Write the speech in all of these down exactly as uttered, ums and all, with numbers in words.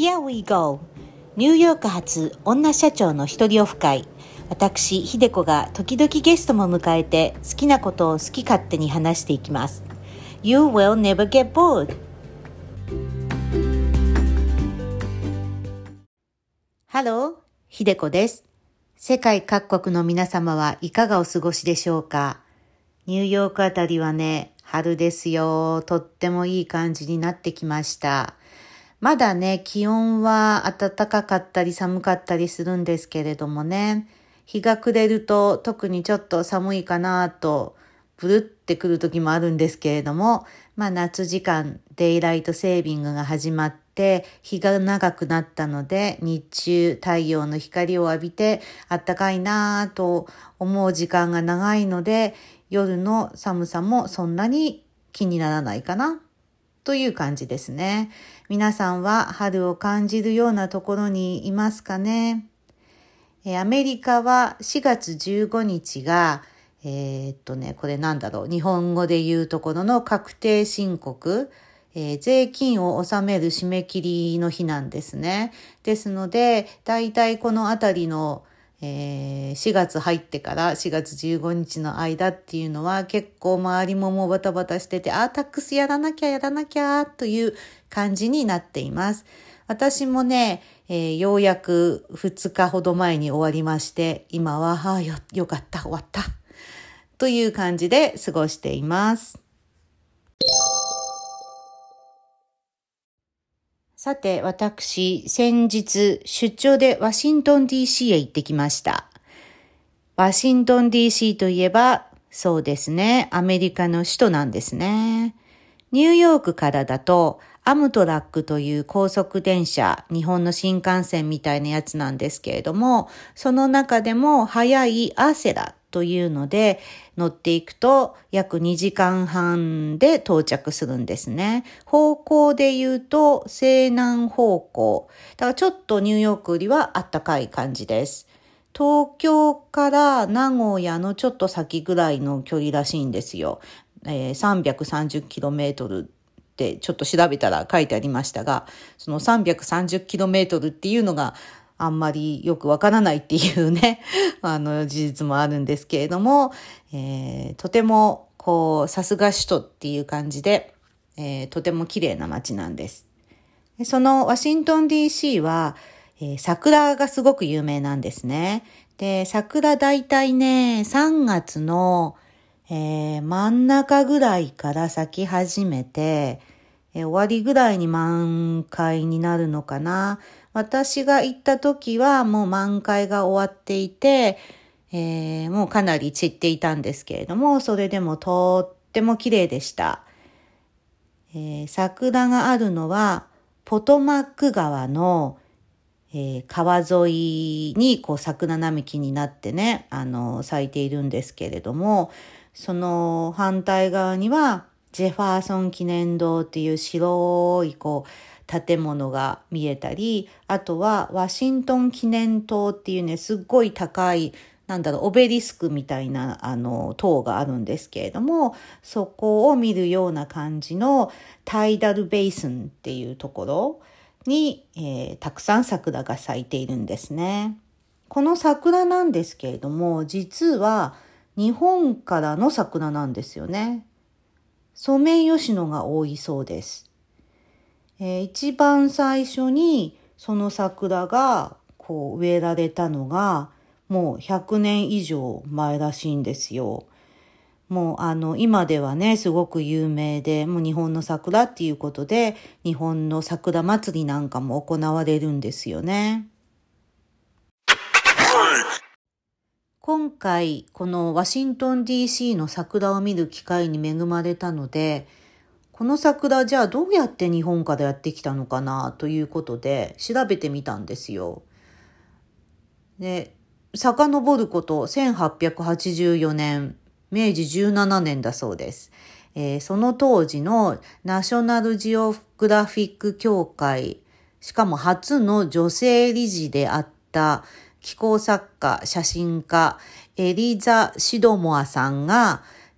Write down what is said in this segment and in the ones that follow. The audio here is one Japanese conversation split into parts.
Here we go! ニューヨーク発女社長の一人オフ会。私、ひでこが時々ゲストも迎えて好きなことを好き勝手に話していきます。You will never get bored! ハロー、ひでこです。世界各国の皆様はいかがお過ごしでしょうか？ニューヨークあたりはね、春ですよ。とってもいい感じになってきました。まだね、気温は暖かかったり寒かったりするんですけれどもね、日が暮れると特にちょっと寒いかなと、ブルってくる時もあるんですけれども、まあ夏時間、デイライトセービングが始まって、日が長くなったので、日中太陽の光を浴びて暖かいなぁと思う時間が長いので、夜の寒さもそんなに気にならないかなという感じですね。皆さんは春を感じるようなところにいますかね。えー、アメリカはしがつじゅうごにちが、えー、っとね、これなんだろう、日本語で言うところの確定申告、えー、税金を納める締め切りの日なんですね。ですので、だいたいこのあたりのえー、しがつ入ってからしがつじゅうごにちの間っていうのは結構周りももうバタバタしてて、あ、タックスやらなきゃやらなきゃという感じになっています。私もね、えー、ようやくふつかほど前に終わりまして、今は、はあ、よ、よかった、終わった。という感じで過ごしています。さて、私、先日、出張でワシントン ディーシー へ行ってきました。ワシントン ディーシー といえば、そうですね、アメリカの首都なんですね。ニューヨークからだと、アムトラックという高速電車、日本の新幹線みたいなやつなんですけれども、その中でも速いアーセラというので乗っていくと約にじかんはんで到着するんですね。方向で言うと西南方向。だからちょっとニューヨークよりは暖かい感じです。東京から名古屋のちょっと先ぐらいの距離らしいんですよ。えー、さんびゃくさんじゅっキロメートルってちょっと調べたら書いてありましたが、その さんびゃくさんじゅっキロメートル っていうのがあんまりよくわからないっていうね、あの事実もあるんですけれども、えー、とてもこうさすが首都っていう感じで、えー、とても綺麗な街なんです。そのワシントン ディーシー は、えー、桜がすごく有名なんですね。で、桜だいたいね、さんがつのえー、真ん中ぐらいから咲き始めて、えー、終わりぐらいに満開になるのかな。私が行った時はもう満開が終わっていて、えー、もうかなり散っていたんですけれども、それでもとっても綺麗でした。えー、桜があるのはポトマック川の、えー、川沿いにこう桜並木になってね、あの咲いているんですけれども、その反対側にはジェファーソン記念堂っていう白いこう建物が見えたり、あとはワシントン記念塔っていうね、すっごい高い、なんだろう、オベリスクみたいなあの塔があるんですけれども、そこを見るような感じのタイダルベイスンっていうところに、えー、たくさん桜が咲いているんですね。この桜なんですけれども、実は日本からの桜なんですよね。ソメイヨシノが多いそうです。えー、一番最初にその桜がこう植えられたのがもうひゃくねん以上前らしいんですよ。もうあの今ではねすごく有名で、もう日本の桜っていうことで日本の桜祭りなんかも行われるんですよね。今回このワシントン ディーシー の桜を見る機会に恵まれたので、この桜じゃあどうやって日本からやってきたのかなということで調べてみたんですよ。で、遡ることせんはっぴゃくはちじゅうよねん、めいじじゅうななねんだそうです。えー、その当時のナショナルジオグラフィック協会、しかも初の女性理事であった気候作家、写真家、エリザ・シドモアさんが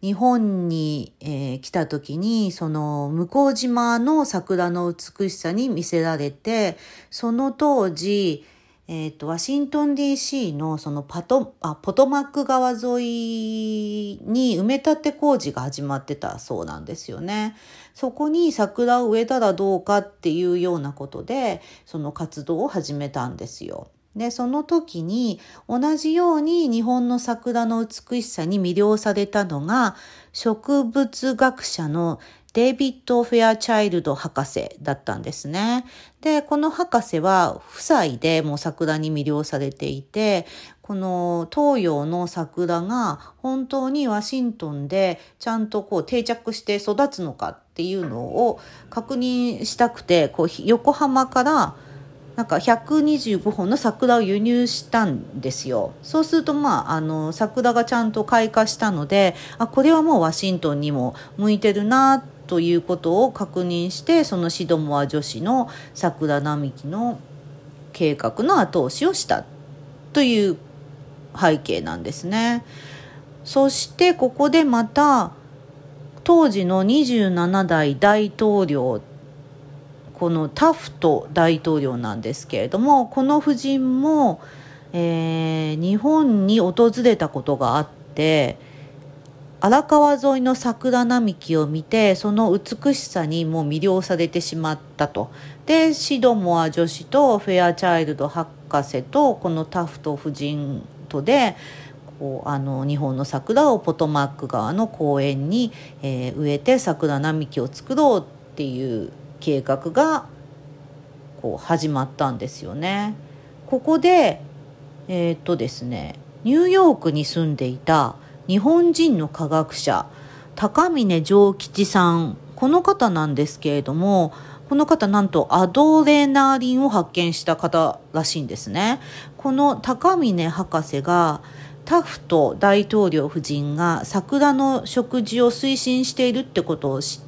日本に、えー来た時に、その向島の桜の美しさに見せられて、その当時、えっと、ワシントン ディーシー のそのパト、あ、ポトマック川沿いに埋め立て工事が始まってたそうなんですよね。そこに桜を植えたらどうかっていうようなことで、その活動を始めたんですよ。で、その時に同じように日本の桜の美しさに魅了されたのが、植物学者のデイビッド・フェアチャイルド博士だったんですね。で、この博士は夫妻でもう桜に魅了されていて、この東洋の桜が本当にワシントンでちゃんとこう定着して育つのかっていうのを確認したくて、こう横浜からなんかひゃくにじゅうごほんの桜を輸入したんですよ。そうするとまあ、あの桜がちゃんと開花したので、あ、これはもうワシントンにも向いてるなということを確認して、そのシドモア女子の桜並木の計画の後押しをしたという背景なんですね。そしてここでまた当時のにじゅうななだい大統領、このタフト大統領なんですけれども、この夫人も、えー日本に訪れたことがあって、荒川沿いの桜並木を見て、その美しさにもう魅了されてしまったと。で、シドモア女子とフェアチャイルド博士とこのタフト夫人とで、こうあの日本の桜をポトマック川の公園に、えー植えて桜並木を作ろうっていう計画がこう始まったんですよね。ここで、えーっとですね、ニューヨークに住んでいた日本人の科学者、高峰丈吉さん、この方なんですけれども、この方なんとアドレナリンを発見した方らしいんですね。この高峰博士がタフト大統領夫人が桜の植樹を推進しているってことを知って、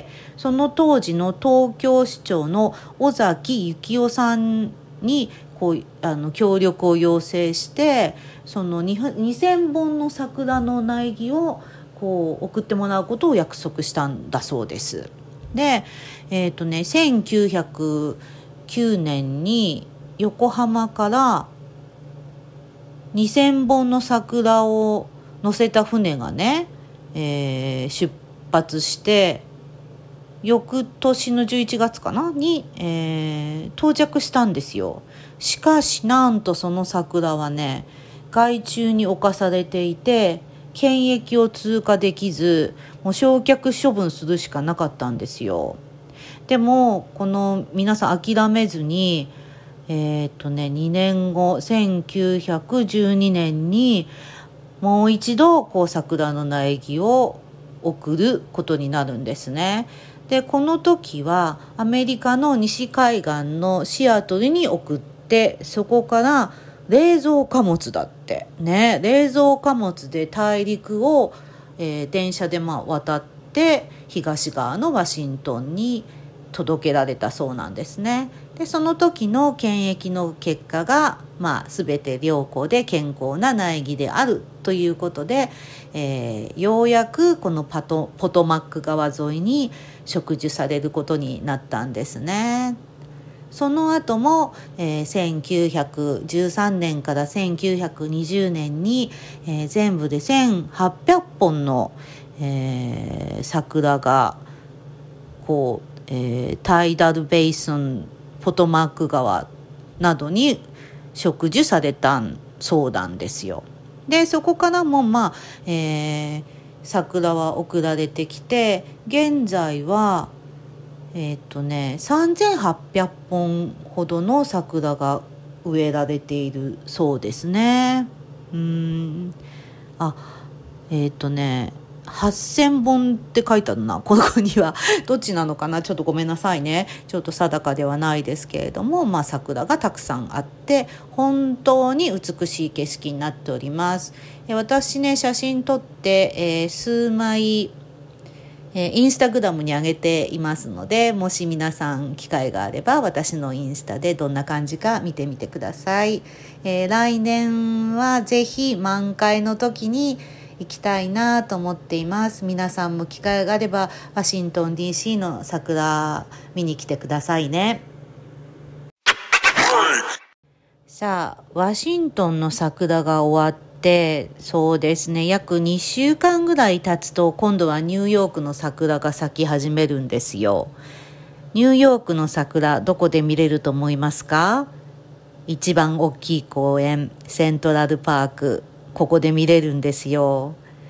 その当時の東京市長の尾崎幸夫さんにこうあの協力を要請して、そのにせんぼんの桜の苗木をこう送ってもらうことを約束したんだそうです。で、えっとね、せんきゅうひゃくきゅうねんに横浜からにせんぼんの桜を乗せた船がね、えー出発して、翌年のじゅういちがつかなに、えー到着したんですよ。しかしなんとその桜はね、害虫に侵されていて検疫を通過できず、もう焼却処分するしかなかったんですよ。でもこの皆さん諦めずに、えーっとねにねんごせんきゅうひゃくじゅうにねんにもう一度こう桜の苗木を送ることになるんですね。でこの時はアメリカの西海岸のシアトルに送って、そこから冷蔵貨物だってね、冷蔵貨物で大陸を、えー電車でまあ渡って東側のワシントンに届けられたそうなんですね。でその時の検疫の結果が、まあ、全て良好で健康な苗木であるということで、えーようやくこのパトポトマック川沿いに植樹されることになったんですね。その後も、えーせんきゅうひゃくじゅうさんねんからせんきゅうひゃくにじゅうねんに、えー全部でせんはっぴゃっぽんの、えー桜がこう、えータイダルベイスン、ポトマック川などに植樹されたそうなんですよ。でそこからもまあ、えー桜は送られてきて、現在はえっとねさんぜんはっぴゃっぽんほどの桜が植えられているそうですね。うーんあえっとねはっせんぼんって書いてあるな、ここには。どっちなのかな、ちょっとごめんなさいね、ちょっと定かではないですけれども、まあ、桜がたくさんあって本当に美しい景色になっております。え私ね写真撮って、えー数枚えーインスタグラムに上げていますので、もし皆さん機会があれば私のインスタでどんな感じか見てみてください。えー来年はぜひ満開の時に、 行きたいなと思っています。皆さんも機会があればワシントン ディーシー の桜見に来てくださいね。さあ、ワシントンの桜が終わって、そうですね、約にしゅうかんぐらい経つと今度はニューヨークの桜が咲き始めるんですよ。ニューヨークの桜、どこで見れると思いますか？一番大きい公園、セントラルパーク、ここで見れるんですよ。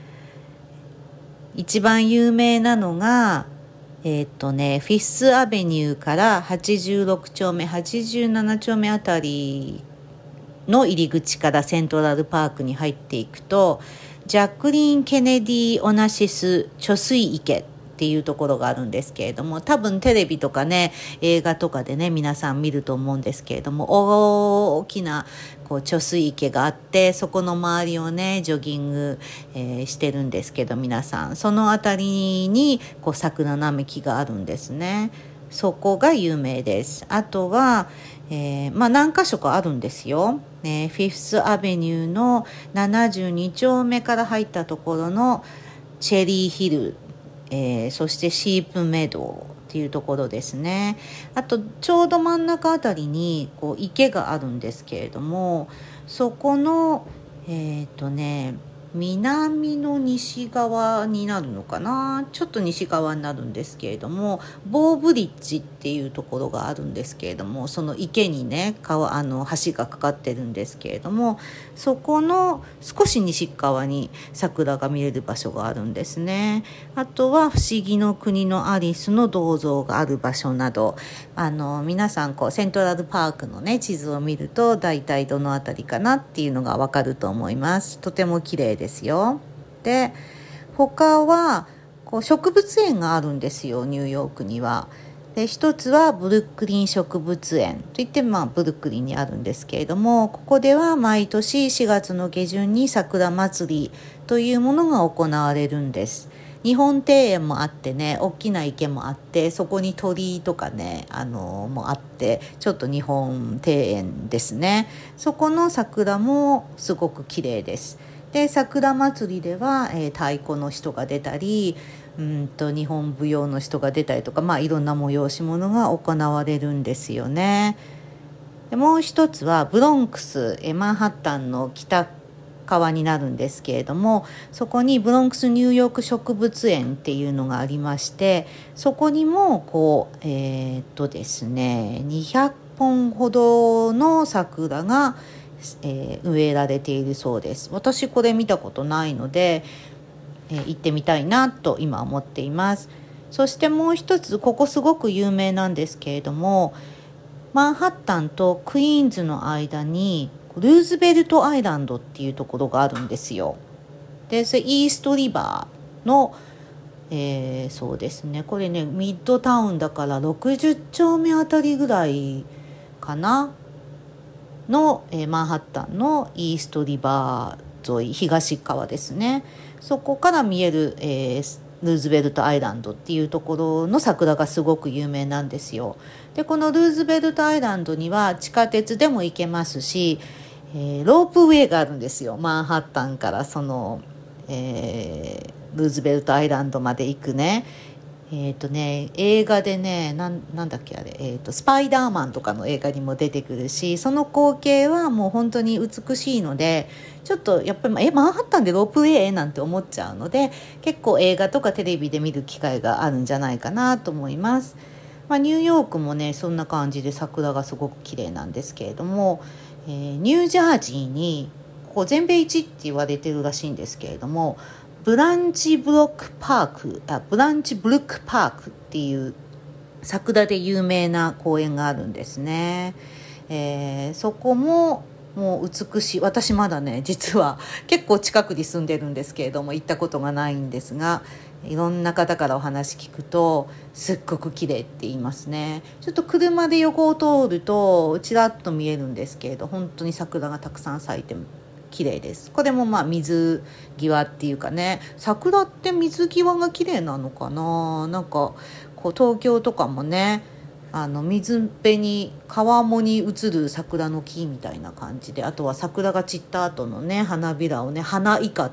一番有名なのが、えーっとね、フィフスアベニューからはちじゅうろくちょうめ、はちじゅうななちょうめあたりの入り口からセントラルパークに入っていくと、ジャックリーン・ケネディ・オナシス貯水池っていうところがあるんですけれども、多分テレビとかね、映画とかでね、皆さん見ると思うんですけれども、大きなこう貯水池があって、そこの周りをねジョギング、えーしてるんですけど、皆さんそのあたりにこう桜並木があるんですね。そこが有名です。あとは、えーまあ、何か所かあるんですよ、ね、フィフスアベニューのななじゅうにちょうめから入ったところのチェリーヒル、えー、そしてシープメドウっていうところですね。あとちょうど真ん中あたりにこう池があるんですけれども、そこのえっとね南の西側になるのかな、ちょっと西側になるんですけれども、ボーブリッジっていうところがあるんですけれども、その池にね川あの橋がかかってるんですけれども、そこの少し西側に桜が見れる場所があるんですね。あとは不思議の国のアリスの銅像がある場所など、あの皆さんこうセントラルパークのね地図を見ると大体どのあたりかなっていうのがわかると思います。とても綺麗ですよ。で、他はこう植物園があるんですよ、ニューヨークには。で、一つはブルックリン植物園といって、まあ、ブルックリンにあるんですけれども、ここでは毎年しがつの下旬に桜祭りというものが行われるんです。日本庭園もあってね、大きな池もあって、そこに鳥居とかね、あのもあって、ちょっと日本庭園ですね。そこの桜もすごく綺麗です。で、桜祭りでは、えー、太鼓の人が出たり、うんと日本舞踊の人が出たりとか、まあ、いろんな催し物が行われるんですよね。で、もう一つはブロンクス、えマンハッタンの北側になるんですけれども、そこにブロンクスニューヨーク植物園っていうのがありまして、そこにもこうえー、っとですねにひゃっぽんほどの桜が、えー、植えられているそうです。私これ見たことないので、えー、行ってみたいなと今思っています。そしてもう一つ、ここすごく有名なんですけれども、マンハッタンとクイーンズの間にルーズベルトアイランドっていうところがあるんですよ。で、それイーストリバーの、えー、そうですね、これねミッドタウンだからろくじゅっちょうめあたりぐらいかなの、えー、マンハッタンのイーストリバー沿い、東側ですね。そこから見える、えー、ルーズベルトアイランドっていうところの桜がすごく有名なんですよ。で、このルーズベルトアイランドには地下鉄でも行けますし、えー、ロープウェイがあるんですよ。マンハッタンからその、えー、ルーズベルトアイランドまで行くね。えっとね映画でね、な ん, なんだっけあれ、えーと、スパイダーマンとかの映画にも出てくるし、その光景はもう本当に美しいので、ちょっとやっぱりえマンハッタンでロープウェイなんて思っちゃうので、結構映画とかテレビで見る機会があるんじゃないかなと思います。まあ、ニューヨークもねそんな感じで桜がすごく綺麗なんですけれども、えー、ニュージャージーにここ全米一って言われてるらしいんですけれども、ブランチブロックパークあブランチブルックパークっていう桜で有名な公園があるんですね。えー、そこももう美しい。私まだね実は結構近くに住んでるんですけれども行ったことがないんですが、いろんな方からお話聞くとすっごく綺麗って言いますね。ちょっと車で横を通るとちらっと見えるんですけれど、本当に桜がたくさん咲いて綺麗です。これもまあ水際っていうかね、桜って水際が綺麗なのかな。なんかこう東京とかもね、あの水辺に川面に映る桜の木みたいな感じで、あとは桜が散った後のね花びらをね花いかだっ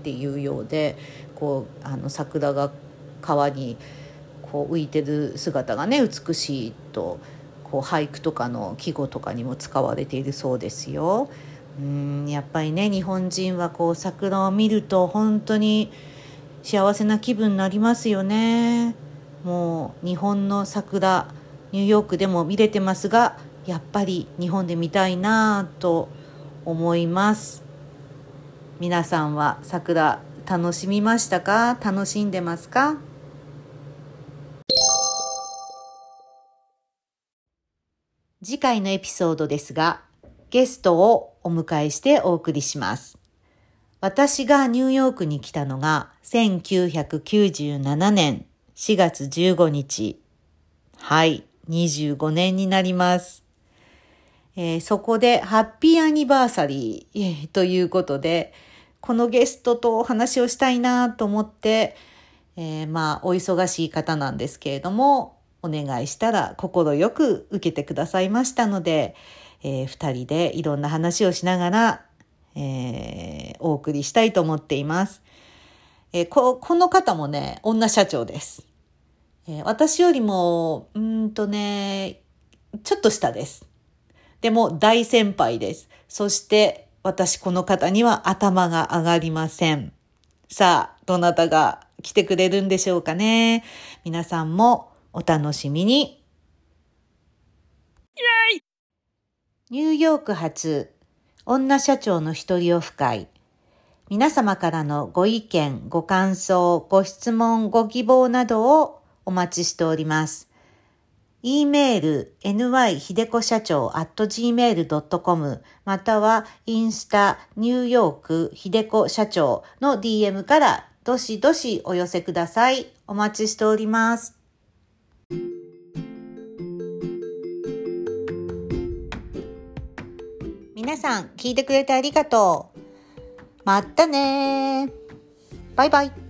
っていうようで、こうあの桜が川にこう浮いてる姿がね美しいと、こう俳句とかの季語とかにも使われているそうですよ。うーんやっぱりね、日本人はこう桜を見ると本当に幸せな気分になりますよね。もう日本の桜、ニューヨークでも見れてますが、やっぱり日本で見たいなと思います。皆さんは桜楽しみましたか？楽しんでますか？次回のエピソードですが、ゲストをお迎えしてお送りします。私がニューヨークに来たのがせんきゅうひゃくきゅうじゅうななねんしがつじゅうごにち。はい、にじゅうごねんになります。えー、そこでハッピーアニバーサリー、えー、ということで、このゲストとお話をしたいなと思って、えー、まあお忙しい方なんですけれども、お願いしたら快く受けてくださいましたので、えー、二人でいろんな話をしながら、えー、お送りしたいと思っています。えー、こ, この方もね、女社長です。えー、私よりもうーんとねちょっと下です。でも大先輩です。そして私この方には頭が上がりません。さあ、どなたが来てくれるんでしょうかね。皆さんもお楽しみに。イエイ！ニューヨーク発女社長の一人オフ会。皆様からのご意見、ご感想、ご質問、ご希望などをお待ちしております。e メール エヌワイ ひでこ社長 アットジーメールドットコム またはインスタニューヨークひでこ社長の ディーエム からどしどしお寄せください。お待ちしております。皆さん聞いてくれてありがとう。またね。バイバイ。